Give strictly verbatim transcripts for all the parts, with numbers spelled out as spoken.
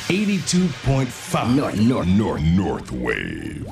エイティツーポイントファイブ North, North, North Wave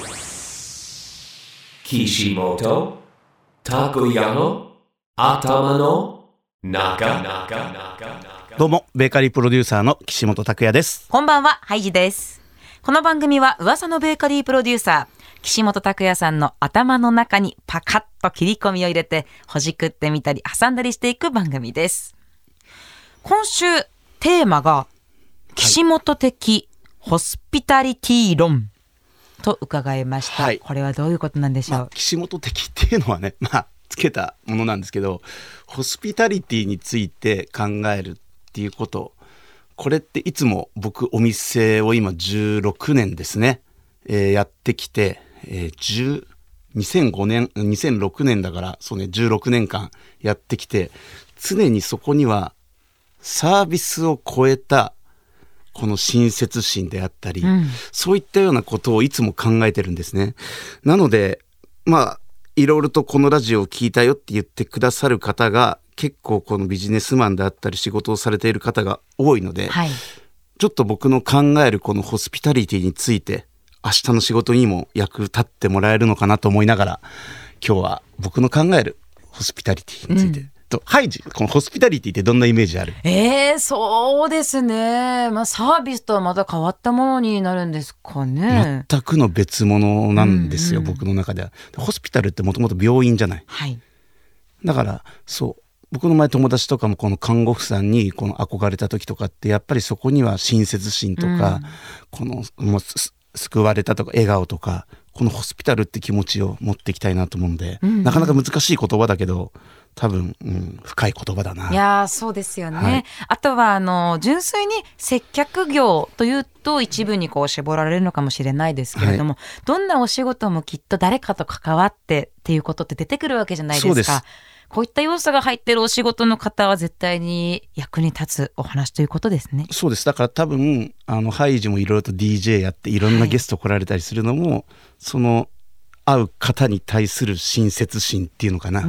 岸本拓也の頭の中。 どうもベーカリープロデューサーの岸本拓也です。 こんばんは、ハイジです。この番組は噂のベーカリープロデューサー岸本拓也さんの頭の中にパカッと切り込みを入れてほじくってみたり挟んだりしていく番組です。今週テーマが岸本的ホスピタリティ論と伺いました、はい、これはどういうことなんでしょう。まあ、 岸本的っていうのはね、まあ、つけたものなんですけど、ホスピタリティについて考えるっていうこと、これっていつも僕お店を今じゅうろくねんですね、えー、やってきて、えー、にせんごねんにせんろくねんだからそうねじゅうろくねんかんやってきて、常にそこにはサービスを超えたこの親切心であったり、うん、そういったようなことをいつも考えてるんですね。なのでまあいろいろとこのラジオを聞いたよって言ってくださる方が結構このビジネスマンであったり仕事をされている方が多いので、はい、ちょっと僕の考えるこのホスピタリティについて明日の仕事にも役立ってもらえるのかなと思いながら、今日は僕の考えるホスピタリティについて、うんとハイジ、このホスピタリティってどんなイメージある？ えー、そうですね、まあ、サービスとはまた変わったものになるんですかね。 全くの別物なんですよ、うんうん、僕の中では。ホスピタルってもともと病院じゃない、はい、だからそう僕の前友達とかもこの看護婦さんにこの憧れた時とかってやっぱりそこには親切心とか、うん、このもう救われたとか笑顔とか、このホスピタルって気持ちを持っていきたいなと思うんで、うんうん、なかなか難しい言葉だけど多分、うん、深い言葉だな。 いやそうですよね、はい、あとはあの純粋に接客業というと一部にこう絞られるのかもしれないですけれども、はい、どんなお仕事もきっと誰かと関わってっていうことって出てくるわけじゃないですか。そうです。こういった要素が入っているお仕事の方は絶対に役に立つお話ということですね。 そうです。だから多分あのハイジもいろいろと ディージェー やっていろんなゲスト来られたりするのも、はい、その会う方に対する親切心っていうのかな、うん、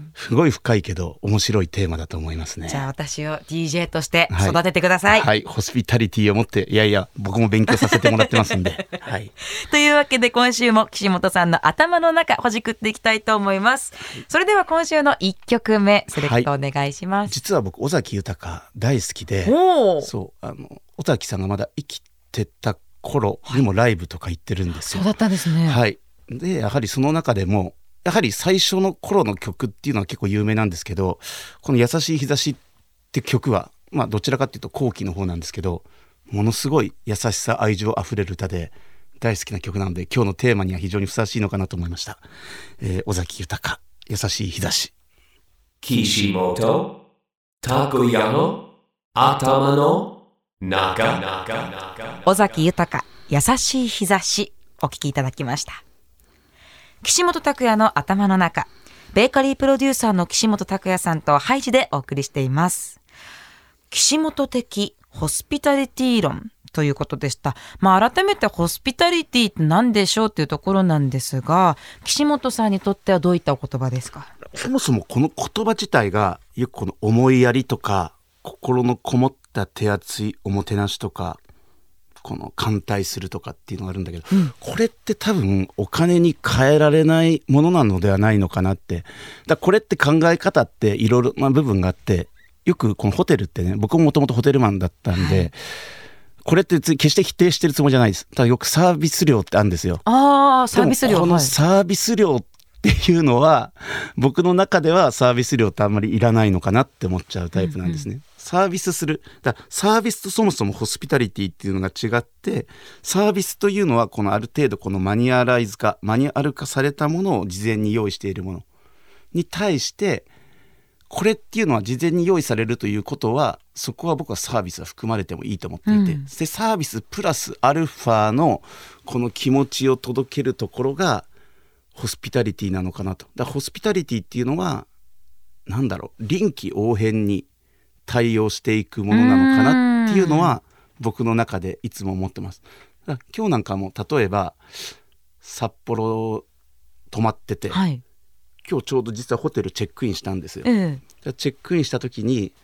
すごい深いけど面白いテーマだと思いますね。 じゃあ私を ディージェー として育ててください。 はい、はい、ホスピタリティを持って、いやいや僕も勉強させてもらってますんで、はい、 というわけで今週も岸本さんの頭の中ほじくっていきたいと思います、はい、それでは今週のいっきょくめセレクトお願いします、はい、 実は僕尾崎豊大好きで、そうあの尾崎さんがまだ生きてた頃にもライブとか行ってるんですよ、 はい、そうだったんですね。 はい。でやはりその中でもやはり最初の頃の曲っていうのは結構有名なんですけど、この優しい日差しって曲はまあどちらかっていうと後期の方なんですけど、ものすごい優しさ愛情あふれる歌で大好きな曲なので今日のテーマには非常にふさわしいのかなと思いました、えー、尾崎豊優しい日差し。 岸本拓也の頭の中。 尾崎豊優しい日差しお聞きいただきました。岸本拓也の頭の中、ベーカリープロデューサーの岸本拓也さんとハイジでお送りしています。岸本的ホスピタリティ論ということでした。まあ、改めてホスピタリティって何でしょうというところなんですが、岸本さんにとってはどういったお言葉ですか？ そもそもこの言葉自体がよくこの思いやりとか心のこもった手厚いおもてなしとかこの歓待するとかっていうのがあるんだけど、うん、これって多分お金に換えられないものなのではないのかなって。だこれって考え方っていろいろな部分があって、よくこのホテルってね、僕ももともとホテルマンだったんで、はい、これって決して否定してるつもりじゃないです。ただよくサービス料ってあるんですよ。 あーサービス料。 このサービス料っていうのは僕の中ではサービス料ってあんまりいらないのかなって思っちゃうタイプなんですね、うんうんサービスするだサービスとそもそもホスピタリティっていうのが違って、サービスというのはこのある程度このマニュアライズ化マニュアル化されたものを事前に用意しているものに対して、これっていうのは事前に用意されるということはそこは僕はサービスは含まれてもいいと思っていて、うん、でサービスプラスアルファのこの気持ちを届けるところがホスピタリティなのかなと。だからホスピタリティっていうのはなんだろう、臨機応変に対応していくものなのかなっていうのは僕の中でいつも思ってます。だから今日なんかも例えば札幌泊まってて、はい、今日ちょうど実はホテルチェックインしたんですよ、ええ、チェックインした時に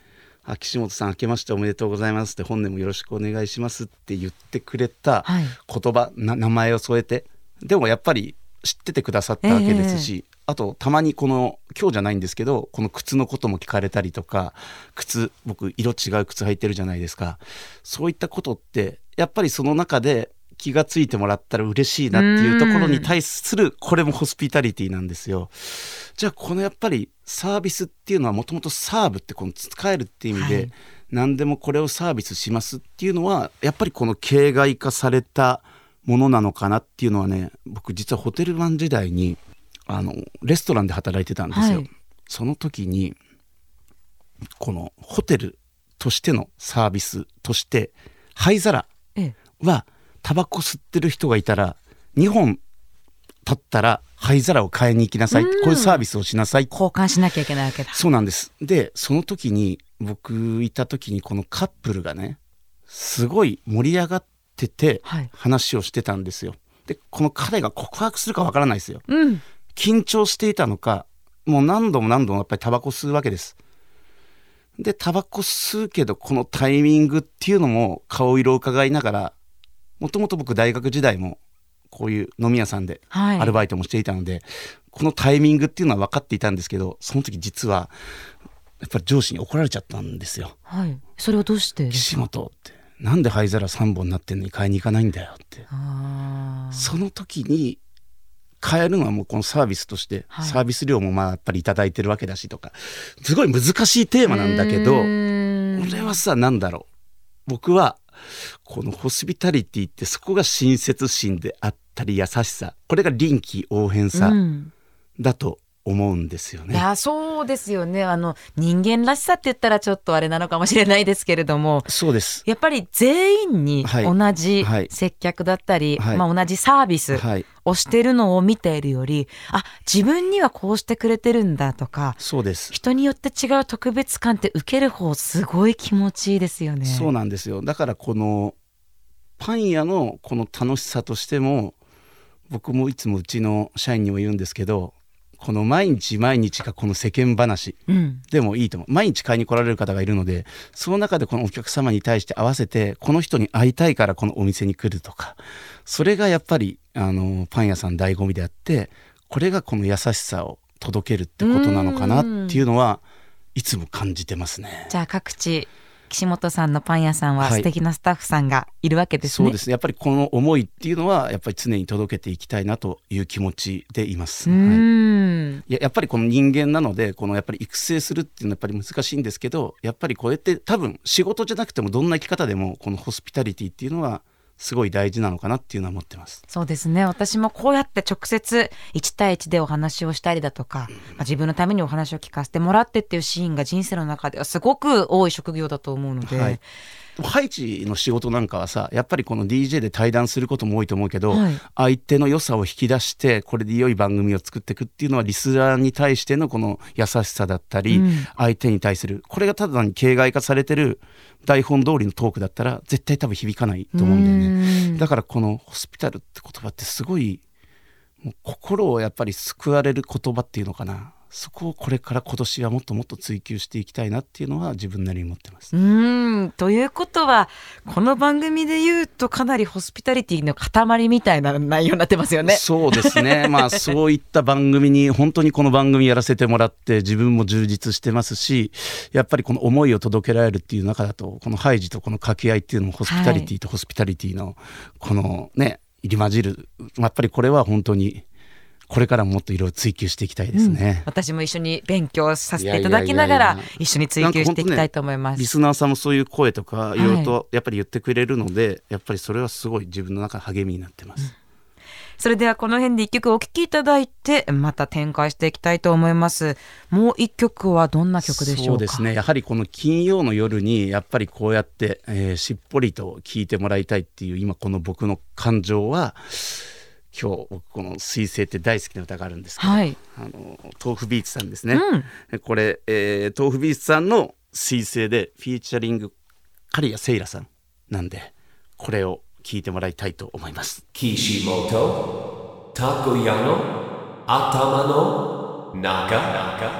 あ岸本さん明けましておめでとうございますって本年もよろしくお願いしますって言ってくれた言葉、はい、な名前を添えてでもやっぱり知っててくださったわけですし、えー、あとたまにこの今日じゃないんですけどこの靴のことも聞かれたりとか靴僕色違う靴履いてるじゃないですか。そういったことってやっぱりその中で気がついてもらったら嬉しいなっていうところに対するこれもホスピタリティなんですよ。じゃあこのやっぱりサービスっていうのはもともとサーブってこの使えるっていう意味で、はい、何でもこれをサービスしますっていうのはやっぱりこの形骸化されたものなのかなっていうのはね僕実はホテルマン時代にあのレストランで働いてたんですよ、はい、その時にこのホテルとしてのサービスとして灰皿はタバコ吸ってる人がいたらにほん経ったら灰皿を買いに行きなさい、こういうサービスをしなさい、 交換しなきゃいけないわけだ。 そうなんです。でその時に僕いた時にこのカップルがねすごい盛り上がってて話をしてたんですよ、はい、でこの彼が告白するかわからないですよ、うん、緊張していたのかもう何度も何度もやっぱりタバコ吸うわけです。でタバコ吸うけどこのタイミングっていうのも顔色を伺いながらもともと僕大学時代もこういう飲み屋さんでアルバイトもしていたので、はい、このタイミングっていうのは分かっていたんですけどその時実はやっぱり上司に怒られちゃったんですよ、 はい、それはどうして岸本ってなんで灰皿さんぼんになってんのに買いに行かないんだよって。あその時に買えるのはもうこのサービスとして、はい、サービス料もまあやっぱりいただいてるわけだしとかすごい難しいテーマなんだけど俺はさなんだろう僕はこのホスピタリティってそこが親切心であったり優しさこれが臨機応変さだと思うんですよね、うん、いやそうですよね。あの人間らしさって言ったらちょっとあれなのかもしれないですけれどもそうですやっぱり全員に同じ接客だったり、はいはいまあ、同じサービスをしてるのを見ているより、はい、あ自分にはこうしてくれてるんだとかそうです人によって違う特別感って受ける方すごい気持ちいいですよね。 そうなんですよ。だからこのパン屋のこの楽しさとしても僕もいつもうちの社員にも言うんですけどこの毎日毎日がこの世間話でもいいと思う、うん、毎日買いに来られる方がいるのでその中でこのお客様に対して合わせてこの人に会いたいからこのお店に来るとかそれがやっぱりあのパン屋さん醍醐味であってこれがこの優しさを届けるってことなのかなっていうのはいつも感じてますね。 じゃあ各地岸本さんのパン屋さんは素敵なスタッフさんがいるわけですね、 はい、そうですね。やっぱりこの思いっていうのはやっぱり常に届けていきたいなという気持ちでいます。 うーん、 はい、や, やっぱりこの人間なのでこのやっぱり育成するっていうのはやっぱり難しいんですけどやっぱりこうやって多分仕事じゃなくてもどんな生き方でもこのホスピタリティっていうのはすごい大事なのかなっていうのは思ってます。 そうですね。私もこうやって直接いち対いちでお話をしたりだとか、うんまあ、自分のためにお話を聞かせてもらってっていうシーンが人生の中ではすごく多い職業だと思うので、はい、 ハイチの仕事なんかはさやっぱりこの ディージェー で対談することも多いと思うけど、はい、相手の良さを引き出してこれで良い番組を作っていくっていうのはリスナーに対してのこの優しさだったり、うん、相手に対するこれがただに形骸化されてる台本通りのトークだったら絶対多分響かないと思うんだよね。だからこのホスピタルって言葉ってすごいもう心をやっぱり救われる言葉っていうのかなそこをこれから今年はもっともっと追求していきたいなっていうのは自分なりに思ってます。 うーんということはこの番組で言うとかなりホスピタリティの塊みたいな内容になってますよね。 そうですねまあそういった番組に本当にこの番組やらせてもらって自分も充実してますしやっぱりこの思いを届けられるっていう中だとこのハイジとこの掛け合いっていうのもホスピタリティとホスピタリティのこのね入り混じるやっぱりこれは本当にこれからもっといろいろ追求していきたいですね、 うん、私も一緒に勉強させていただきながら一緒に追求していきたいと思います、 ね、リスナーさんもそういう声とかいろいろとやっぱり言ってくれるので、はい、やっぱりそれはすごい自分の中で励みになってます、うん、 それではこの辺で一曲お聴きいただいてまた展開していきたいと思います。もう一曲はどんな曲でしょうか。 そうですねやはりこの金曜の夜にやっぱりこうやって、えー、しっぽりと聴いてもらいたいっていう今この僕の感情は今日僕この水星って大好きな歌があるんですけど、はい、あの豆腐ビーツさんですね、うん、これ、えー、豆腐ビーツさんの水星でフィーチャリング刈谷聖羅さんなんでこれを聴いてもらいたいと思います。 岸本拓也の頭の中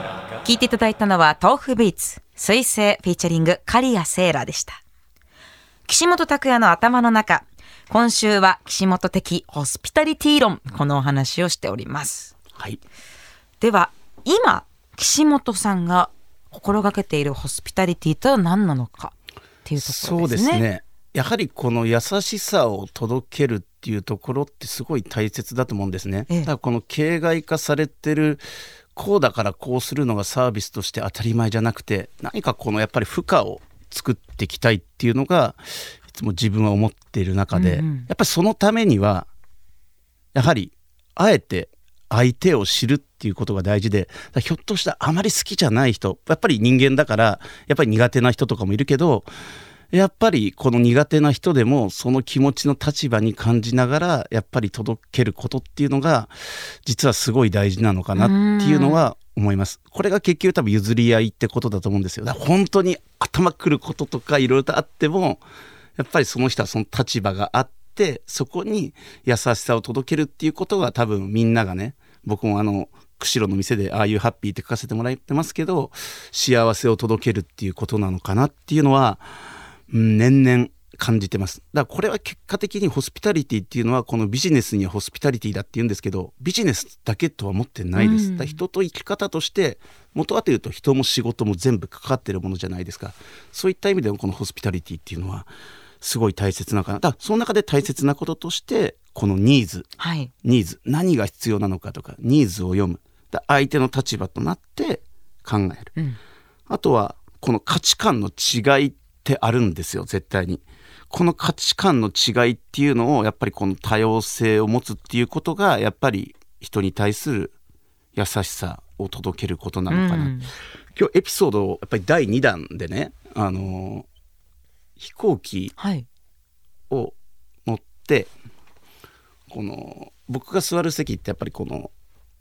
聞いていただいたのは豆腐ビーツ水星フィーチャリング刈谷セーラでした。岸本拓也の頭の中、今週は岸本的ホスピタリティ論、このお話をしております。 はい。 では今岸本さんが心がけているホスピタリティとは何なのかっていうところですね。 そうですね。やはりこの優しさを届けるっていうところってすごい大切だと思うんですね。ええ、だからこの形骸化されてるこうだからこうするのがサービスとして当たり前じゃなくて、何かこのやっぱり負荷を作っていきたいっていうのがいつも自分は思っている中で、うんうん、やっぱりそのためにはやはりあえて相手を知るっていうことが大事で、ひょっとしたらあまり好きじゃない人、やっぱり人間だからやっぱり苦手な人とかもいるけど、やっぱりこの苦手な人でもその気持ちの立場に感じながらやっぱり届けることっていうのが実はすごい大事なのかなっていうのは思います。これが結局多分譲り合いってことだと思うんですよ。だから本当に頭くることとかいろいろとあってもやっぱりその人はその立場があってそこに優しさを届けるっていうことが多分みんながね、僕もあの釧路の店でああいうハッピーって書かせてもらってますけど、幸せを届けるっていうことなのかなっていうのは年々感じてます。だからこれは結果的にホスピタリティっていうのはこのビジネスにはホスピタリティだって言うんですけど、ビジネスだけとは思ってないです。だから人と生き方として元はというと人も仕事も全部かかってるものじゃないですか。そういった意味でもこのホスピタリティっていうのはすごい大切なのかな。だからその中で大切なこととしてこのニーズ、はい、ニーズ何が必要なのかとかニーズを読む、だ相手の立場となって考える、うん、あとはこの価値観の違いってあるんですよ。絶対にこの価値観の違いっていうのをやっぱりこの多様性を持つっていうことがやっぱり人に対する優しさを届けることなのかな、うん、今日エピソードやっぱりだいにだんでね、あの飛行機を乗って、はい、この僕が座る席ってやっぱりこの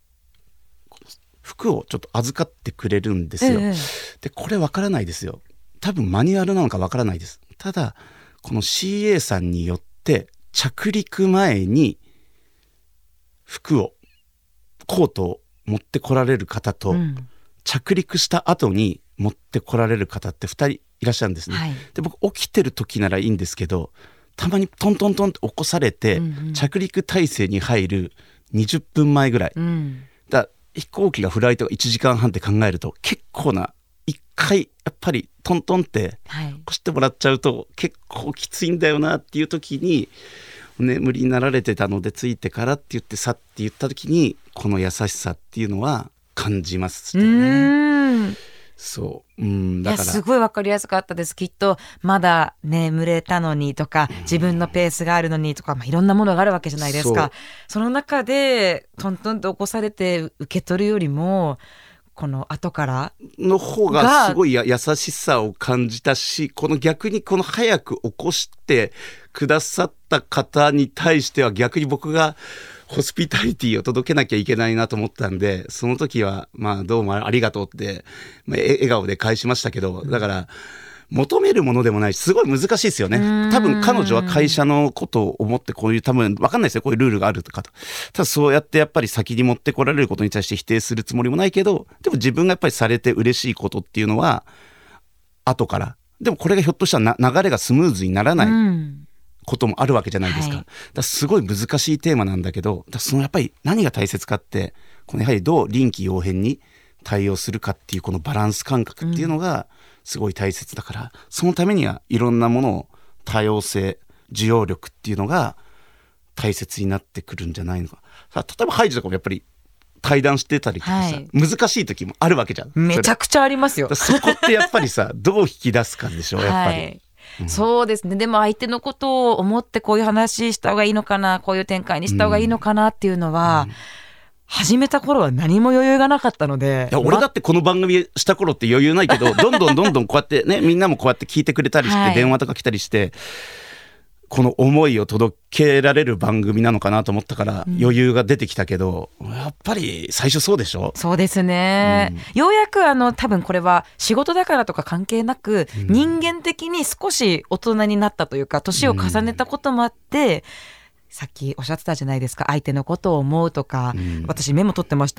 服をちょっと預かってくれるんですよ、ええ、でこれわからないですよ。多分マニュアルなのかわからないです。ただこの シーエー さんによって着陸前に服をコートを持ってこられる方と、うん、着陸した後に持ってこられる方ってふたりいらっしゃるんですね、はい、で僕起きてる時ならいいんですけど、たまにトントントンって起こされて、うんうん、着陸態勢に入るにじゅっぷんまえぐらい、うん、だ飛行機がフライトがいちじかんはんって考えると結構ないっかいやっぱりトントンってこしてもらっちゃうと結構きついんだよなっていう時に、眠りになられてたのでついてからって言ってさって言った時にこの優しさっていうのは感じますね。うーん、そううんだからいやすごい分かりやすかったです。きっとまだ眠れたのにとか自分のペースがあるのにとか、まあ、いろんなものがあるわけじゃないですか。 そ, その中でトントンと起こされて受け取るよりもこの後からの方がすごいや優しさを感じたし、この逆にこの早く起こしてくださった方に対しては逆に僕がホスピタリティを届けなきゃいけないなと思ったんで、その時はまあどうもありがとうって、まあ、笑顔で返しましたけど、だから求めるものでもないしすごい難しいですよね。多分彼女は会社のことを思ってこういう多分分かんないですよ、こういうルールがあるとかと。ただそうやってやっぱり先に持ってこられることに対して否定するつもりもないけど、でも自分がやっぱりされて嬉しいことっていうのは後から、でもこれがひょっとしたらな流れがスムーズにならないこともあるわけじゃないですか、はい、だすごい難しいテーマなんだけど、だそのやっぱり何が大切かってこのやはりどう臨機応変に対応するかっていうこのバランス感覚っていうのがすごい大切だから、うん、そのためにはいろんなものを多様性需要力っていうのが大切になってくるんじゃないのか。例えばハイジとかもやっぱり対談してたりとかさ、はい、難しい時もあるわけじゃん。 めちゃくちゃありますよ。 そこってやっぱりさどう引き出すかでしょやっぱり、はいうん、 そうですね。でも相手のことを思ってこういう話した方がいいのかな、こういう展開にした方がいいのかなっていうのは、うんうん、始めた頃は何も余裕がなかったので。 いや俺だってこの番組した頃って余裕ないけどどんどんどんどんこうやってねみんなもこうやって聞いてくれたりして、はい、電話とか来たりしてこの思いを届けられる番組なのかなと思ったから余裕が出てきたけど、うん、やっぱり最初そうでしょ。 そうですね、うん、ようやくあの多分これは仕事だからとか関係なく、うん、人間的に少し大人になったというか年を重ねたこともあって、うん、さっきおっしゃってたじゃないですか、相手のことを思うとか、うん、私メモ取ってましたもん。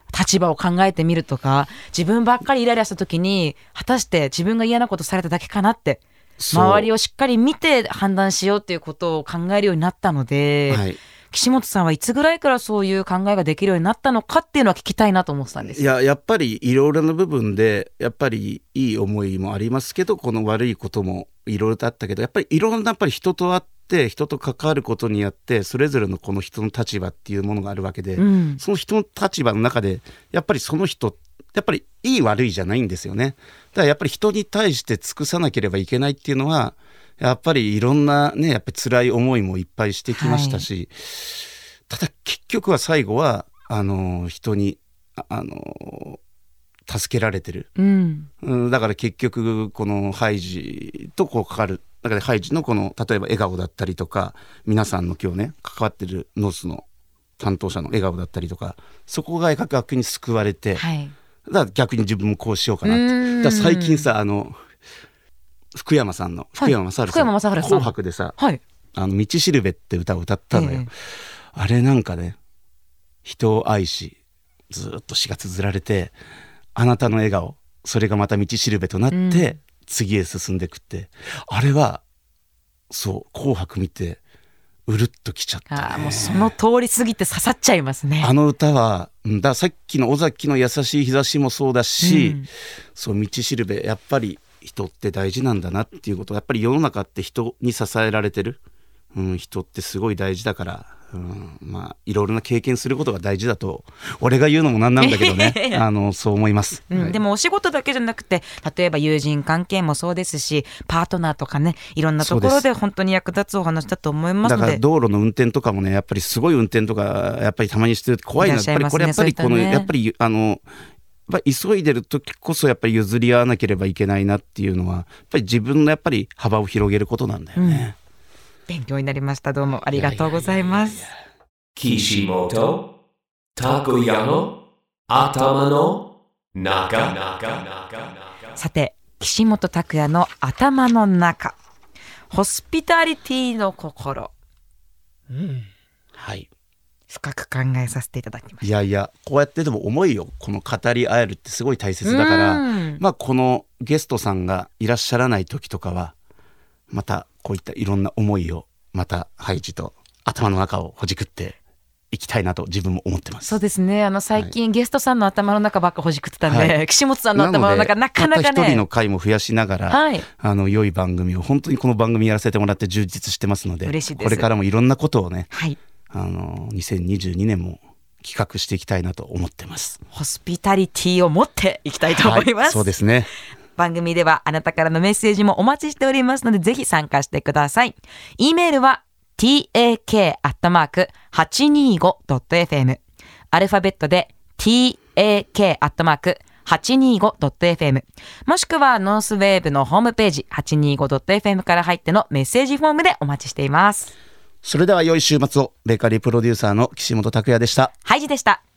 立場を考えてみるとか、自分ばっかりイライラした時に果たして自分が嫌なことされただけかなって周りをしっかり見て判断しようっていうことを考えるようになったので、はい、岸本さんはいつぐらいからそういう考えができるようになったのかっていうのは聞きたいなと思ってたんです。 いや、やっぱりいろいろな部分でやっぱりいい思いもありますけど、この悪いこともいろいろとあったけど、やっぱりいろんなやっぱり人と会って人と関わることによってそれぞれのこの人の立場っていうものがあるわけで、うん、その人の立場の中でやっぱりその人やっぱりいい悪いじゃないんですよね。だからやっぱり人に対して尽くさなければいけないっていうのはやっぱりいろんなねやっぱり辛い思いもいっぱいしてきましたし、はい、ただ結局は最後はあの人にあの助けられてる、うんうん、だから結局このハイジとこうかかる、だからハイジのこの例えば笑顔だったりとか、皆さんの今日ね関わってるノースの担当者の笑顔だったりとか、そこが逆に救われて、はい、だから逆に自分もこうしようかなって。だから最近さあの福山さんの福山雅治さん、はい、福山雅治さん紅白でさ、はい、あの道しるべって歌を歌ったのよ、えー、あれなんかね、人を愛しずっと詩が綴られて、あなたの笑顔それがまた道しるべとなって、うん、次へ進んでいくって、あれはそう紅白見てうるっときちゃったね。 あ、もうその通り過ぎて刺さっちゃいますね。 あの歌はだからさっきの尾崎の優しい日差しもそうだし、うん、そう道しるべ、やっぱり人って大事なんだなっていうこと、やっぱり世の中って人に支えられてる、うん、人ってすごい大事だから、うん、まあいろいろな経験することが大事だと俺が言うのもなんなんだけどねあのそう思います、 うんはい、 でもお仕事だけじゃなくて、例えば友人関係もそうですし、パートナーとかね、いろんなところで本当に役立つお話だと思いますので。 だから道路の運転とかもね、やっぱりすごい運転とかやっぱりたまにしてると怖いな、やっぱりこれやっぱりこのやっぱりあのやっぱり急いでる時こそやっぱり譲り合わなければいけないなっていうのは、やっぱり自分のやっぱり幅を広げることなんだよね、 うん、勉強になりました。どうもありがとうございます。 岸本拓也の頭の中。 さて、岸本拓也の頭の中、ホスピタリティの心、うん、 はい、 深く考えさせていただきました。 いやいや、こうやってでも思いをこの語り合えるってすごい大切だから、まあこのゲストさんがいらっしゃらない時とかはまたこういったいろんな思いをまたハイジと頭の中をほじくっていきたいなと自分も思ってます。 そうですね、あの最近、はい、ゲストさんの頭の中ばっかほじくってたんで、はい、岸本さんの頭の中 な, なかなかね、また一人の回も増やしながら、はい、あの良い番組を本当にこの番組やらせてもらって充実してますので、 嬉しいです。 これからもいろんなことをね、 はい、 あのにせんにじゅうにねんも企画していきたいなと思ってます。 ホスピタリティを持っていきたいと思います、はい、 そうですね。 番組ではあなたからのメッセージもお待ちしておりますので、ぜひ参加してください。 E メールは タク アットマーク はちにーご ドット エフエム、 アルファベットで タク アットマーク はちにーご ドット エフエム、 もしくはノースウェーブのホームページ はちにーご ドット エフエム から入ってのメッセージフォームでお待ちしています。 それでは良い週末を。ベーカリープロデューサーの岸本拓也でした。 ハイジでした。